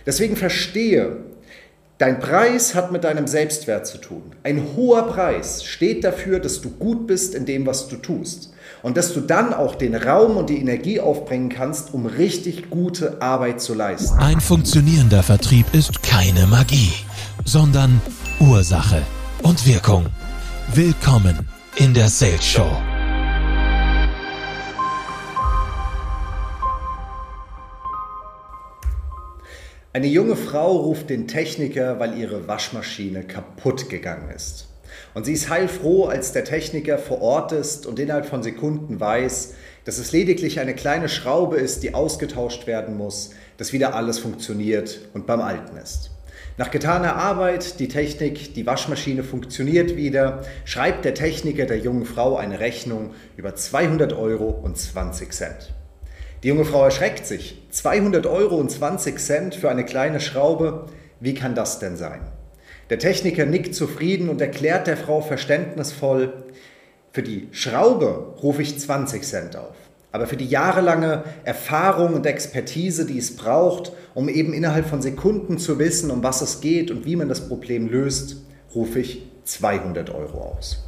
Deswegen verstehe, dein Preis hat mit deinem Selbstwert zu tun. Ein hoher Preis steht dafür, dass du gut bist in dem, was du tust. Und dass du dann auch den Raum und die Energie aufbringen kannst, um richtig gute Arbeit zu leisten. Ein funktionierender Vertrieb ist keine Magie, sondern Ursache und Wirkung. Willkommen in der Sales Show. Eine junge Frau ruft den Techniker, weil ihre Waschmaschine kaputt gegangen ist. Und sie ist heilfroh, als der Techniker vor Ort ist und innerhalb von Sekunden weiß, dass es lediglich eine kleine Schraube ist, die ausgetauscht werden muss, dass wieder alles funktioniert und beim Alten ist. Nach getaner Arbeit, die Technik, die Waschmaschine funktioniert wieder, schreibt der Techniker der jungen Frau eine Rechnung über 200,20 €. Die junge Frau erschreckt sich. 200,20 € für eine kleine Schraube? Wie kann das denn sein? Der Techniker nickt zufrieden und erklärt der Frau verständnisvoll: Für die Schraube rufe ich 20 Cent auf. Aber für die jahrelange Erfahrung und Expertise, die es braucht, um eben innerhalb von Sekunden zu wissen, um was es geht und wie man das Problem löst, rufe ich 200 € aus.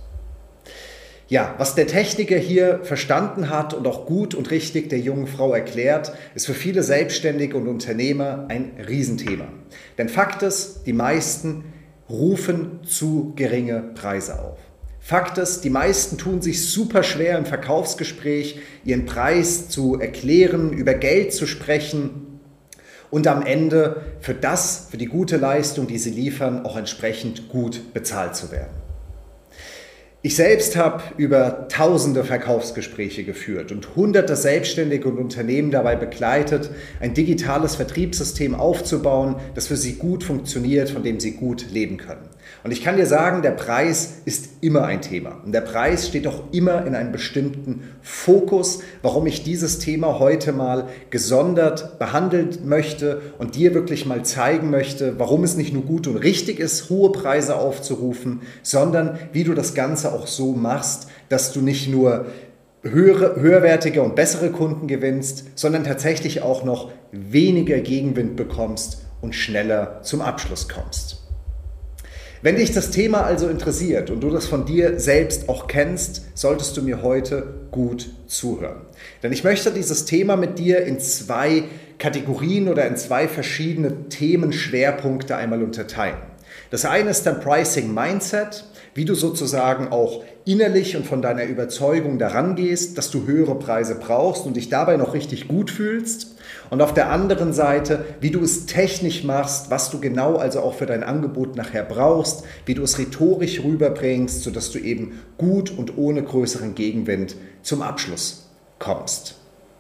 Ja, was der Techniker hier verstanden hat und auch gut und richtig der jungen Frau erklärt, ist für viele Selbstständige und Unternehmer ein Riesenthema. Denn Fakt ist, die meisten rufen zu geringe Preise auf. Fakt ist, die meisten tun sich super schwer im Verkaufsgespräch, ihren Preis zu erklären, über Geld zu sprechen und am Ende für die gute Leistung, die sie liefern, auch entsprechend gut bezahlt zu werden. Ich selbst habe über tausende Verkaufsgespräche geführt und hunderte Selbstständige und Unternehmen dabei begleitet, ein digitales Vertriebssystem aufzubauen, das für sie gut funktioniert, von dem sie gut leben können. Und ich kann dir sagen, der Preis ist immer ein Thema. Und der Preis steht auch immer in einem bestimmten Fokus, warum ich dieses Thema heute mal gesondert behandeln möchte und dir wirklich mal zeigen möchte, warum es nicht nur gut und richtig ist, hohe Preise aufzurufen, sondern wie du das Ganze auch so machst, dass du nicht nur höherwertige und bessere Kunden gewinnst, sondern tatsächlich auch noch weniger Gegenwind bekommst und schneller zum Abschluss kommst. Wenn dich das Thema also interessiert und du das von dir selbst auch kennst, solltest du mir heute gut zuhören. Denn ich möchte dieses Thema mit dir in zwei Kategorien oder in zwei verschiedene Themenschwerpunkte einmal unterteilen. Das eine ist dein Pricing Mindset, wie du sozusagen auch innerlich und von deiner Überzeugung daran gehst, dass du höhere Preise brauchst und dich dabei noch richtig gut fühlst. Und auf der anderen Seite, wie du es technisch machst, was du genau also auch für dein Angebot nachher brauchst, wie du es rhetorisch rüberbringst, sodass du eben gut und ohne größeren Gegenwind zum Abschluss kommst.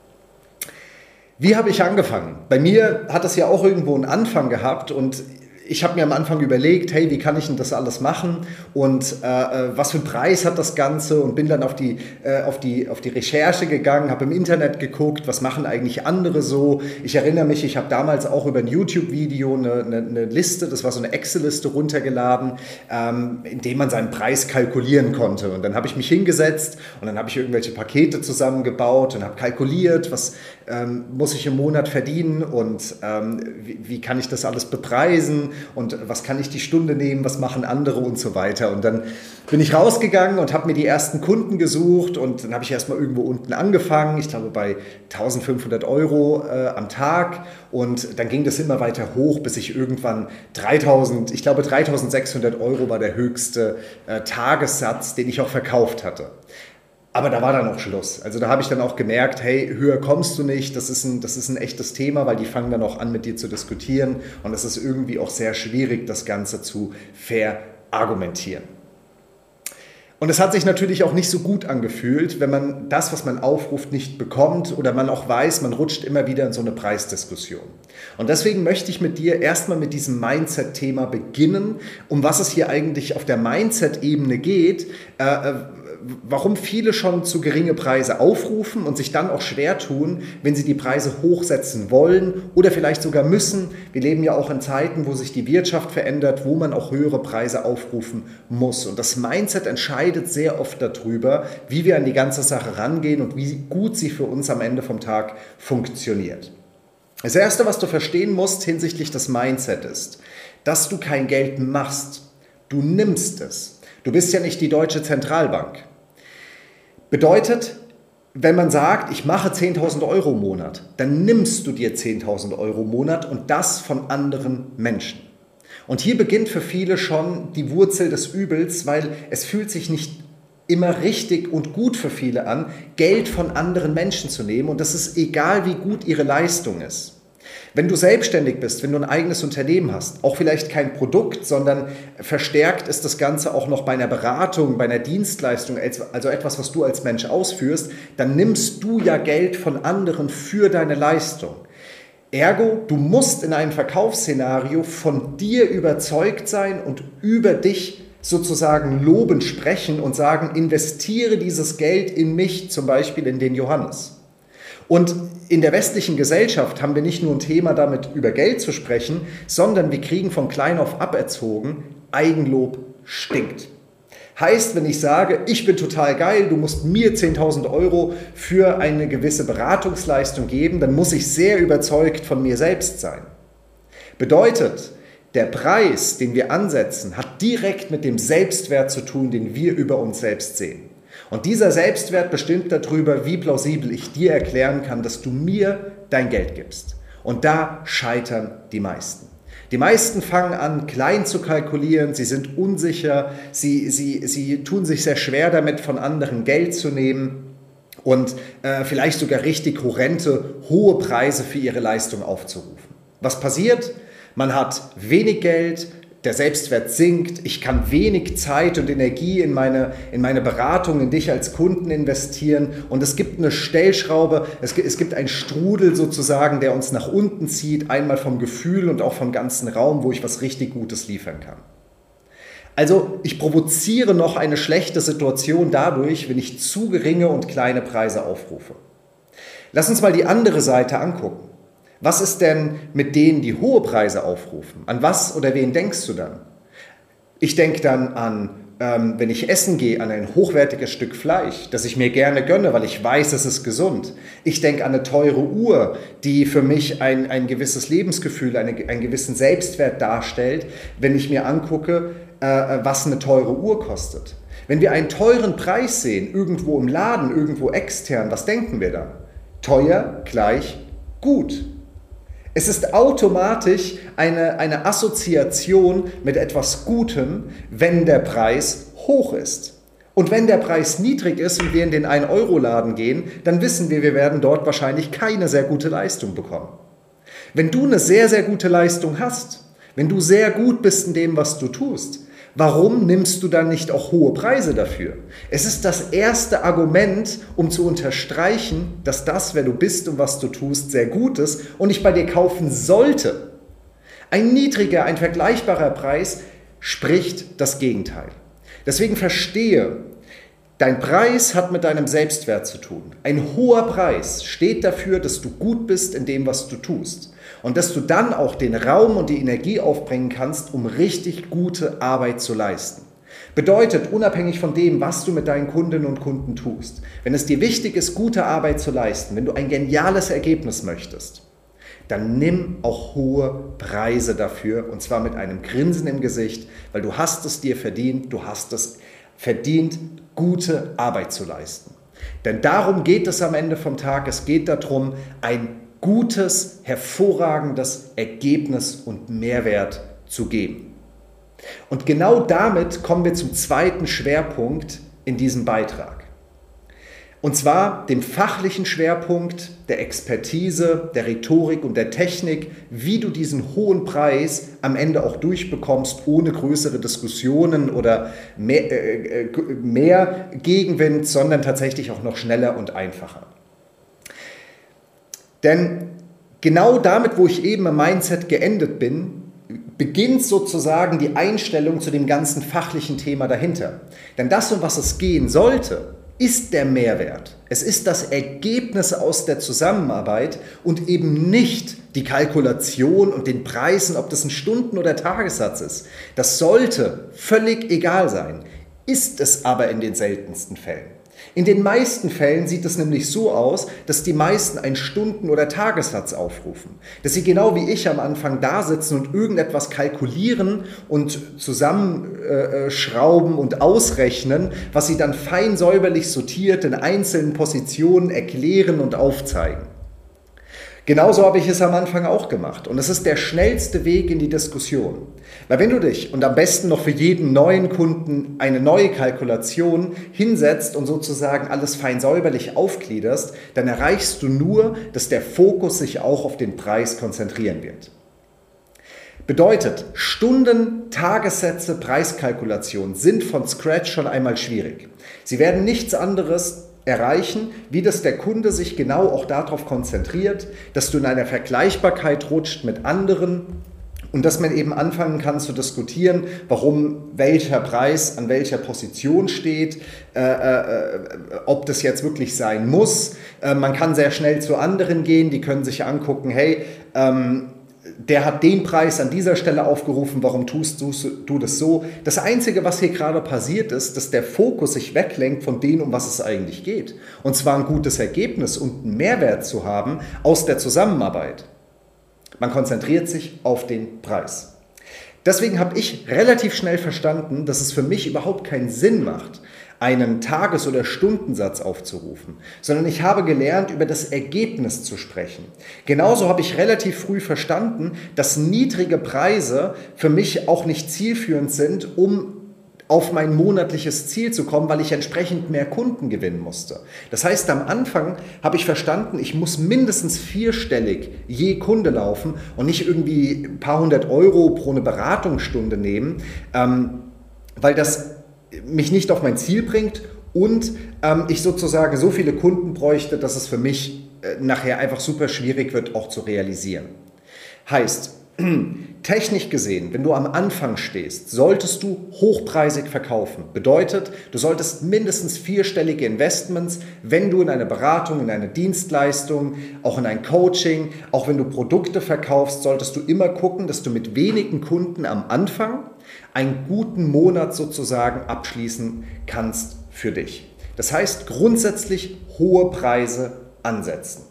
Wie habe ich angefangen? Bei mir hat es ja auch irgendwo einen Anfang gehabt und ich habe mir am Anfang überlegt, hey, wie kann ich denn das alles machen und was für einen Preis hat das Ganze, und bin dann auf die Recherche gegangen, habe im Internet geguckt, was machen eigentlich andere so. Ich erinnere mich, ich habe damals auch über ein YouTube-Video eine Liste, das war so eine Excel-Liste runtergeladen, in dem man seinen Preis kalkulieren konnte. Und dann habe ich mich hingesetzt und dann habe ich irgendwelche Pakete zusammengebaut und habe kalkuliert, was muss ich im Monat verdienen und wie kann ich das alles bepreisen und was kann ich die Stunde nehmen, was machen andere und so weiter. Und dann bin ich rausgegangen und habe mir die ersten Kunden gesucht und dann habe ich erstmal irgendwo unten angefangen, ich glaube bei 1.500 € am Tag, und dann ging das immer weiter hoch, bis ich irgendwann 3.600 € war der höchste Tagessatz, den ich auch verkauft hatte. Aber da war dann auch Schluss. Also da habe ich dann auch gemerkt, hey, höher kommst du nicht, das ist ein echtes Thema, weil die fangen dann auch an, mit dir zu diskutieren, und es ist irgendwie auch sehr schwierig, das Ganze zu verargumentieren. Und es hat sich natürlich auch nicht so gut angefühlt, wenn man das, was man aufruft, nicht bekommt oder man auch weiß, man rutscht immer wieder in so eine Preisdiskussion. Und deswegen möchte ich mit dir erstmal mit diesem Mindset-Thema beginnen, um was es hier eigentlich auf der Mindset-Ebene geht, warum viele schon zu geringe Preise aufrufen und sich dann auch schwer tun, wenn sie die Preise hochsetzen wollen oder vielleicht sogar müssen. Wir leben ja auch in Zeiten, wo sich die Wirtschaft verändert, wo man auch höhere Preise aufrufen muss. Und das Mindset entscheidet sehr oft darüber, wie wir an die ganze Sache rangehen und wie gut sie für uns am Ende vom Tag funktioniert. Das Erste, was du verstehen musst hinsichtlich des Mindset ist, dass du kein Geld machst, du nimmst es. Du bist ja nicht die Deutsche Zentralbank. Bedeutet, wenn man sagt, ich mache 10.000 Euro im Monat, dann nimmst du dir 10.000 Euro im Monat und das von anderen Menschen. Und hier beginnt für viele schon die Wurzel des Übels, weil es fühlt sich nicht immer richtig und gut für viele an, Geld von anderen Menschen zu nehmen, und das ist egal, wie gut ihre Leistung ist. Wenn du selbstständig bist, wenn du ein eigenes Unternehmen hast, auch vielleicht kein Produkt, sondern verstärkt ist das Ganze auch noch bei einer Beratung, bei einer Dienstleistung, also etwas, was du als Mensch ausführst, dann nimmst du ja Geld von anderen für deine Leistung. Ergo, du musst in einem Verkaufsszenario von dir überzeugt sein und über dich sozusagen lobend sprechen und sagen, investiere dieses Geld in mich, zum Beispiel in den Johannes. Und in der westlichen Gesellschaft haben wir nicht nur ein Thema damit, über Geld zu sprechen, sondern wir kriegen von klein auf aberzogen, Eigenlob stinkt. Heißt, wenn ich sage, ich bin total geil, du musst mir 10.000 Euro für eine gewisse Beratungsleistung geben, dann muss ich sehr überzeugt von mir selbst sein. Bedeutet, der Preis, den wir ansetzen, hat direkt mit dem Selbstwert zu tun, den wir über uns selbst sehen. Und dieser Selbstwert bestimmt darüber, wie plausibel ich dir erklären kann, dass du mir dein Geld gibst. Und da scheitern die meisten. Die meisten fangen an, klein zu kalkulieren, sie sind unsicher, sie tun sich sehr schwer damit, von anderen Geld zu nehmen und vielleicht sogar richtig horrende, hohe Preise für ihre Leistung aufzurufen. Was passiert? Man hat wenig Geld, der Selbstwert sinkt, ich kann wenig Zeit und Energie in meine Beratung, in dich als Kunden investieren, und es gibt eine Stellschraube, es gibt einen Strudel sozusagen, der uns nach unten zieht, einmal vom Gefühl und auch vom ganzen Raum, wo ich was richtig Gutes liefern kann. Also ich provoziere noch eine schlechte Situation dadurch, wenn ich zu geringe und kleine Preise aufrufe. Lass uns mal die andere Seite angucken. Was ist denn mit denen, die hohe Preise aufrufen? An was oder wen denkst du dann? Ich denke dann an, wenn ich essen gehe, an ein hochwertiges Stück Fleisch, das ich mir gerne gönne, weil ich weiß, es ist gesund. Ich denke an eine teure Uhr, die für mich ein gewisses Lebensgefühl, einen gewissen Selbstwert darstellt, wenn ich mir angucke, was eine teure Uhr kostet. Wenn wir einen teuren Preis sehen, irgendwo im Laden, irgendwo extern, was denken wir dann? Teuer gleich gut. Es ist automatisch eine Assoziation mit etwas Gutem, wenn der Preis hoch ist. Und wenn der Preis niedrig ist und wir in den 1-Euro-Laden gehen, dann wissen wir werden dort wahrscheinlich keine sehr gute Leistung bekommen. Wenn du eine sehr, sehr gute Leistung hast, wenn du sehr gut bist in dem, was du tust, warum nimmst du dann nicht auch hohe Preise dafür? Es ist das erste Argument, um zu unterstreichen, dass das, wer du bist und was du tust, sehr gut ist und ich bei dir kaufen sollte. Ein niedriger, ein vergleichbarer Preis spricht das Gegenteil. Deswegen verstehe, dein Preis hat mit deinem Selbstwert zu tun. Ein hoher Preis steht dafür, dass du gut bist in dem, was du tust. Und dass du dann auch den Raum und die Energie aufbringen kannst, um richtig gute Arbeit zu leisten. Bedeutet, unabhängig von dem, was du mit deinen Kundinnen und Kunden tust, wenn es dir wichtig ist, gute Arbeit zu leisten, wenn du ein geniales Ergebnis möchtest, dann nimm auch hohe Preise dafür, und zwar mit einem Grinsen im Gesicht, weil du hast es dir verdient, du hast es verdient, gute Arbeit zu leisten. Denn darum geht es am Ende vom Tag, es geht darum, ein gutes, hervorragendes Ergebnis und Mehrwert zu geben. Und genau damit kommen wir zum zweiten Schwerpunkt in diesem Beitrag. Und zwar dem fachlichen Schwerpunkt der Expertise, der Rhetorik und der Technik, wie du diesen hohen Preis am Ende auch durchbekommst, ohne größere Diskussionen oder mehr Gegenwind, sondern tatsächlich auch noch schneller und einfacher. Denn genau damit, wo ich eben im Mindset geendet bin, beginnt sozusagen die Einstellung zu dem ganzen fachlichen Thema dahinter. Denn das, um was es gehen sollte, ist der Mehrwert. Es ist das Ergebnis aus der Zusammenarbeit und eben nicht die Kalkulation und den Preisen, ob das ein Stunden- oder Tagessatz ist. Das sollte völlig egal sein, ist es aber in den seltensten Fällen. In den meisten Fällen sieht es nämlich so aus, dass die meisten einen Stunden- oder Tagessatz aufrufen. Dass sie genau wie ich am Anfang da sitzen und irgendetwas kalkulieren und zusammenschrauben und ausrechnen, was sie dann fein säuberlich sortiert in einzelnen Positionen erklären und aufzeigen. Genauso habe ich es am Anfang auch gemacht und es ist der schnellste Weg in die Diskussion. Weil wenn du dich und am besten noch für jeden neuen Kunden eine neue Kalkulation hinsetzt und sozusagen alles fein säuberlich aufgliederst, dann erreichst du nur, dass der Fokus sich auch auf den Preis konzentrieren wird. Bedeutet, Stunden, Tagessätze, Preiskalkulation sind von Scratch schon einmal schwierig. Sie werden nichts anderes erreichen, wie dass der Kunde sich genau auch darauf konzentriert, dass du in einer Vergleichbarkeit rutscht mit anderen und dass man eben anfangen kann zu diskutieren, warum welcher Preis an welcher Position steht, ob das jetzt wirklich sein muss. Man kann sehr schnell zu anderen gehen, die können sich angucken, hey, der hat den Preis an dieser Stelle aufgerufen, warum tust du das so? Das Einzige, was hier gerade passiert ist, dass der Fokus sich weglenkt von dem, um was es eigentlich geht. Und zwar ein gutes Ergebnis und einen Mehrwert zu haben aus der Zusammenarbeit. Man konzentriert sich auf den Preis. Deswegen habe ich relativ schnell verstanden, dass es für mich überhaupt keinen Sinn macht, einen Tages- oder Stundensatz aufzurufen, sondern ich habe gelernt, über das Ergebnis zu sprechen. Genauso habe ich relativ früh verstanden, dass niedrige Preise für mich auch nicht zielführend sind, um auf mein monatliches Ziel zu kommen, weil ich entsprechend mehr Kunden gewinnen musste. Das heißt, am Anfang habe ich verstanden, ich muss mindestens vierstellig je Kunde laufen und nicht irgendwie ein paar hundert Euro pro eine Beratungsstunde nehmen, weil das mich nicht auf mein Ziel bringt und ich sozusagen so viele Kunden bräuchte, dass es für mich nachher einfach super schwierig wird, auch zu realisieren. Heißt, technisch gesehen, wenn du am Anfang stehst, solltest du hochpreisig verkaufen. Bedeutet, du solltest mindestens vierstellige Investments, wenn du in eine Beratung, in eine Dienstleistung, auch in ein Coaching, auch wenn du Produkte verkaufst, solltest du immer gucken, dass du mit wenigen Kunden am Anfang einen guten Monat sozusagen abschließen kannst für dich. Das heißt, grundsätzlich hohe Preise ansetzen.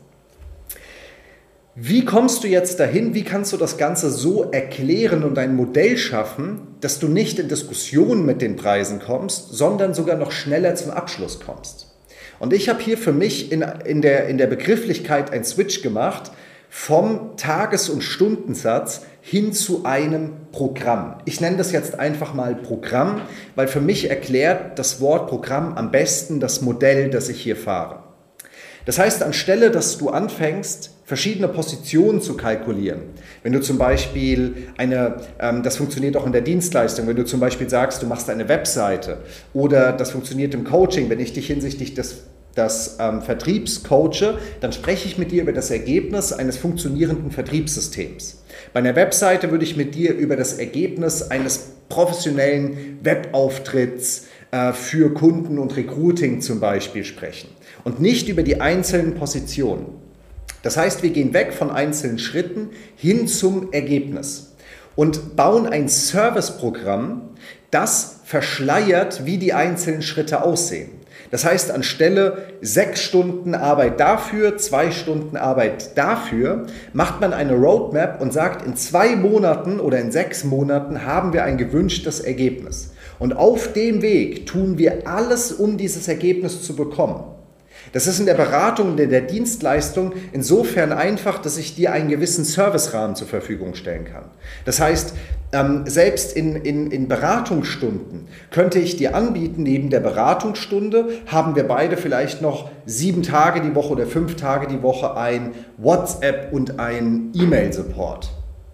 Wie kommst du jetzt dahin? Wie kannst du das Ganze so erklären und ein Modell schaffen, dass du nicht in Diskussionen mit den Preisen kommst, sondern sogar noch schneller zum Abschluss kommst? Und ich habe hier für mich in der Begrifflichkeit einen Switch gemacht vom Tages- und Stundensatz hin zu einem Programm. Ich nenne das jetzt einfach mal Programm, weil für mich erklärt das Wort Programm am besten das Modell, das ich hier fahre. Das heißt, anstelle, dass du anfängst, verschiedene Positionen zu kalkulieren, wenn du zum Beispiel das funktioniert auch in der Dienstleistung, wenn du zum Beispiel sagst, du machst eine Webseite oder das funktioniert im Coaching, wenn ich dich hinsichtlich des Vertriebs coache, dann spreche ich mit dir über das Ergebnis eines funktionierenden Vertriebssystems. Bei einer Webseite würde ich mit dir über das Ergebnis eines professionellen Webauftritts für Kunden und Recruiting zum Beispiel sprechen und nicht über die einzelnen Positionen. Das heißt, wir gehen weg von einzelnen Schritten hin zum Ergebnis und bauen ein Serviceprogramm, das verschleiert, wie die einzelnen Schritte aussehen. Das heißt, anstelle 6 Stunden Arbeit dafür, 2 Stunden Arbeit dafür, macht man eine Roadmap und sagt, in 2 Monaten oder in 6 Monaten haben wir ein gewünschtes Ergebnis. Und auf dem Weg tun wir alles, um dieses Ergebnis zu bekommen. Das ist in der Beratung, in der Dienstleistung insofern einfach, dass ich dir einen gewissen Servicerahmen zur Verfügung stellen kann. Das heißt, selbst in Beratungsstunden könnte ich dir anbieten, neben der Beratungsstunde haben wir beide vielleicht noch 7 Tage die Woche oder 5 Tage die Woche ein WhatsApp und ein E-Mail-Support.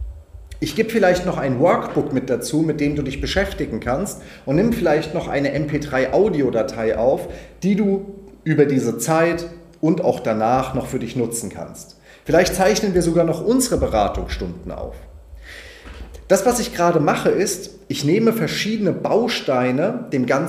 Ich gebe vielleicht noch ein Workbook mit dazu, mit dem du dich beschäftigen kannst und nimm vielleicht noch eine MP3-Audiodatei auf, die du über diese Zeit und auch danach noch für dich nutzen kannst. Vielleicht zeichnen wir sogar noch unsere Beratungsstunden auf. Das, was ich gerade mache, ist, ich nehme verschiedene Bausteine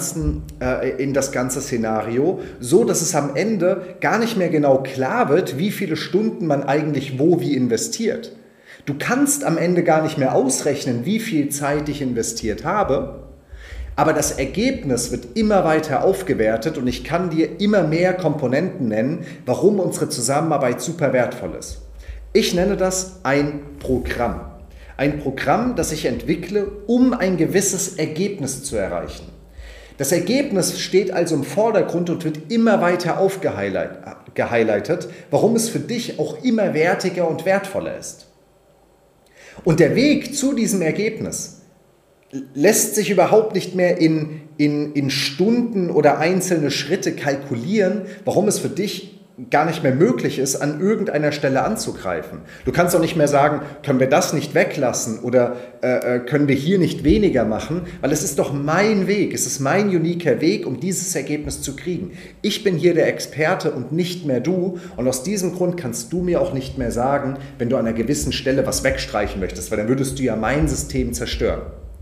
in das ganze Szenario, so dass es am Ende gar nicht mehr genau klar wird, wie viele Stunden man eigentlich wo wie investiert. Du kannst am Ende gar nicht mehr ausrechnen, wie viel Zeit ich investiert habe, Aber das Ergebnis wird immer weiter aufgewertet und ich kann dir immer mehr Komponenten nennen, warum unsere Zusammenarbeit super wertvoll ist. Ich nenne das ein Programm. Ein Programm, das ich entwickle, um ein gewisses Ergebnis zu erreichen. Das Ergebnis steht also im Vordergrund und wird immer weiter aufgehighlightet, warum es für dich auch immer wertiger und wertvoller ist. Und der Weg zu diesem Ergebnis lässt sich überhaupt nicht mehr in Stunden oder einzelne Schritte kalkulieren, warum es für dich gar nicht mehr möglich ist, an irgendeiner Stelle anzugreifen. Du kannst auch nicht mehr sagen, können wir das nicht weglassen oder können wir hier nicht weniger machen, weil es ist doch mein Weg, es ist mein uniker Weg, um dieses Ergebnis zu kriegen. Ich bin hier der Experte und nicht mehr du und aus diesem Grund kannst du mir auch nicht mehr sagen, wenn du an einer gewissen Stelle was wegstreichen möchtest, weil dann würdest du ja mein System zerstören.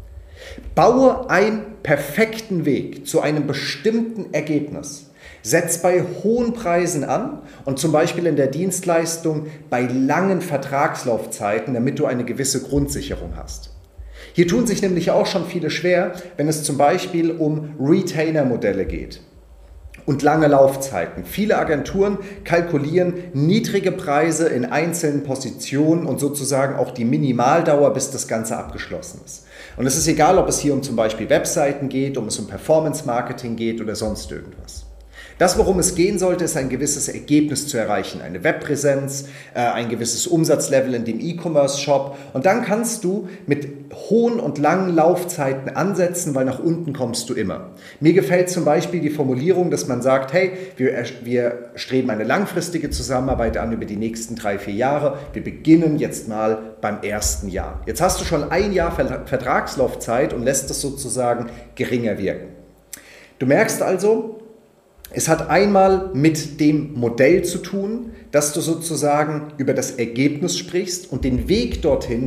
Baue einen perfekten Weg zu einem bestimmten Ergebnis. Setz bei hohen Preisen an und zum Beispiel in der Dienstleistung bei langen Vertragslaufzeiten, damit du eine gewisse Grundsicherung hast. Hier tun sich nämlich auch schon viele schwer, wenn es zum Beispiel um Retainer-Modelle geht und lange Laufzeiten. Viele Agenturen kalkulieren niedrige Preise in einzelnen Positionen und sozusagen auch die Minimaldauer, bis das Ganze abgeschlossen ist. Und es ist egal, ob es hier um zum Beispiel Webseiten geht, um es um Performance-Marketing geht oder sonst irgendwas. Das, worum es gehen sollte, ist ein gewisses Ergebnis zu erreichen, eine Webpräsenz, ein gewisses Umsatzlevel in dem E-Commerce-Shop und dann kannst du mit hohen und langen Laufzeiten ansetzen, weil nach unten kommst du immer. Mir gefällt zum Beispiel die Formulierung, dass man sagt, hey, wir streben eine langfristige Zusammenarbeit an über die nächsten 3-4 Jahre. Wir beginnen jetzt mal beim ersten Jahr. Jetzt hast du schon ein Jahr Vertragslaufzeit und lässt das sozusagen geringer wirken. Du merkst also, es hat einmal mit dem Modell zu tun, dass du sozusagen über das Ergebnis sprichst und den Weg dorthin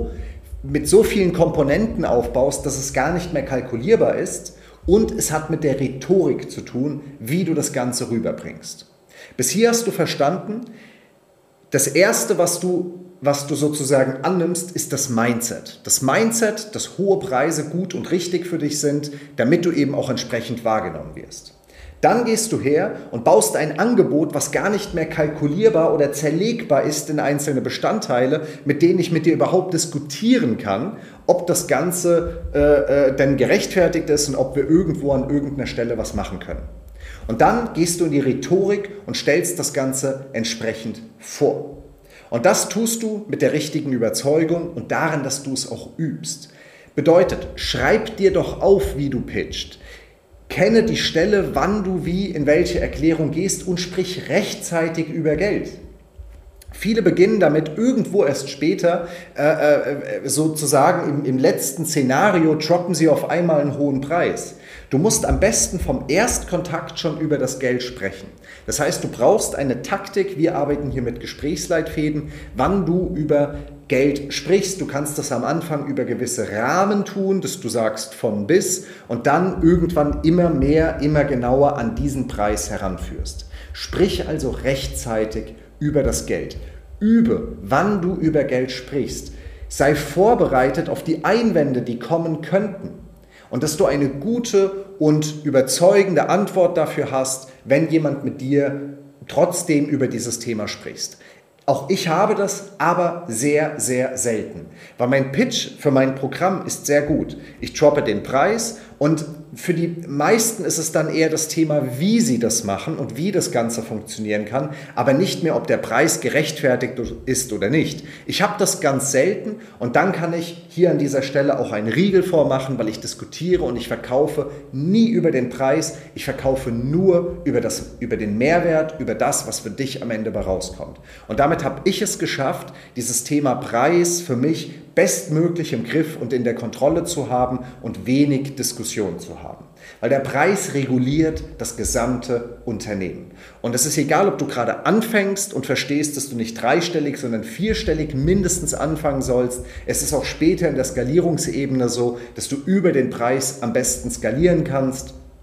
mit so vielen Komponenten aufbaust, dass es gar nicht mehr kalkulierbar ist. Und es hat mit der Rhetorik zu tun, wie du das Ganze rüberbringst. Bis hier hast du verstanden, das Erste, was du sozusagen annimmst, ist das Mindset. Das Mindset, dass hohe Preise gut und richtig für dich sind, damit du eben auch entsprechend wahrgenommen wirst. Dann gehst du her und baust ein Angebot, was gar nicht mehr kalkulierbar oder zerlegbar ist in einzelne Bestandteile, mit denen ich mit dir überhaupt diskutieren kann, ob das Ganze denn gerechtfertigt ist und ob wir irgendwo an irgendeiner Stelle was machen können. Und dann gehst du in die Rhetorik und stellst das Ganze entsprechend vor. Und das tust du mit der richtigen Überzeugung und darin, dass du es auch übst. Bedeutet, schreib dir doch auf, wie du pitcht. Kenne die Stelle, wann du wie in welche Erklärung gehst und sprich rechtzeitig über Geld. Viele beginnen damit irgendwo erst später, sozusagen im letzten Szenario droppen sie auf einmal einen hohen Preis. Du musst am besten vom Erstkontakt schon über das Geld sprechen. Das heißt, du brauchst eine Taktik, wir arbeiten hier mit Gesprächsleitfäden, wann du über Geld sprichst. Du kannst das am Anfang über gewisse Rahmen tun, dass du sagst von bis und dann irgendwann immer mehr, immer genauer an diesen Preis heranführst. Sprich also rechtzeitig über das Geld. Übe, wann du über Geld sprichst. Sei vorbereitet auf die Einwände, die kommen könnten. Und dass du eine gute und überzeugende Antwort dafür hast, wenn jemand mit dir trotzdem über dieses Thema spricht. Auch ich habe das, aber sehr, sehr selten. Weil mein Pitch für mein Programm ist sehr gut. Ich droppe den Preis und für die meisten ist es dann eher das Thema, wie sie das machen und wie das Ganze funktionieren kann, aber nicht mehr, ob der Preis gerechtfertigt ist oder nicht. Ich habe das ganz selten und dann kann ich hier an dieser Stelle auch einen Riegel vormachen, weil ich diskutiere und ich verkaufe nie über den Preis, ich verkaufe nur über den Mehrwert, über das, was für dich am Ende rauskommt. Und damit habe ich es geschafft, dieses Thema Preis für mich bestmöglich im Griff und in der Kontrolle zu haben und wenig Diskussion zu haben. Weil der Preis reguliert das gesamte Unternehmen. Und es ist egal, ob du gerade anfängst und verstehst, dass du nicht dreistellig, sondern vierstellig mindestens anfangen sollst. Es ist auch später in der Skalierungsebene so, dass du über den Preis am besten skalieren kannst.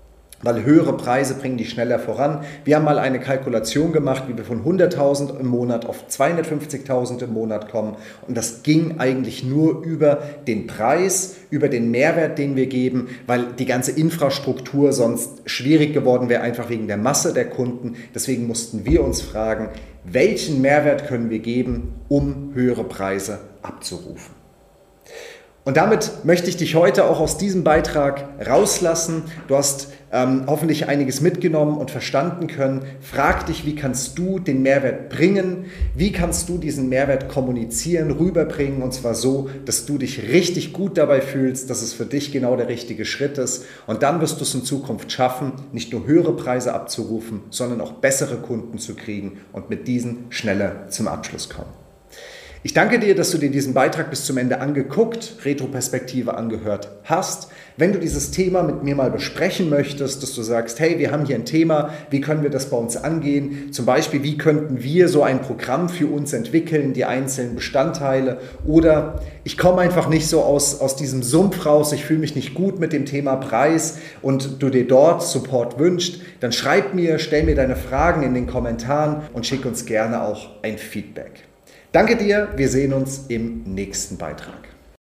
weil höhere Preise bringen die schneller voran. Wir haben mal eine Kalkulation gemacht, wie wir von 100.000 im Monat auf 250.000 im Monat kommen. Und das ging eigentlich nur über den Preis, über den Mehrwert, den wir geben, weil die ganze Infrastruktur sonst schwierig geworden wäre, einfach wegen der Masse der Kunden. Deswegen mussten wir uns fragen, welchen Mehrwert können wir geben, um höhere Preise abzurufen. Und damit möchte ich dich heute auch aus diesem Beitrag rauslassen. Du hast hoffentlich einiges mitgenommen und verstanden können. Frag dich, wie kannst du den Mehrwert bringen? Wie kannst du diesen Mehrwert kommunizieren, rüberbringen? Und zwar so, dass du dich richtig gut dabei fühlst, dass es für dich genau der richtige Schritt ist. Und dann wirst du es in Zukunft schaffen, nicht nur höhere Preise abzurufen, sondern auch bessere Kunden zu kriegen und mit diesen schneller zum Abschluss kommen. Ich danke dir, dass du dir diesen Beitrag bis zum Ende angeguckt, Retroperspektive angehört hast. Wenn du dieses Thema mit mir mal besprechen möchtest, dass du sagst, hey, wir haben hier ein Thema, wie können wir das bei uns angehen? Zum Beispiel, wie könnten wir so ein Programm für uns entwickeln, die einzelnen Bestandteile? Oder ich komme einfach nicht so aus diesem Sumpf raus, ich fühle mich nicht gut mit dem Thema Preis und du dir dort Support wünschst, dann schreib mir, stell mir deine Fragen in den Kommentaren und schick uns gerne auch ein Feedback. Danke dir, wir sehen uns im nächsten Beitrag.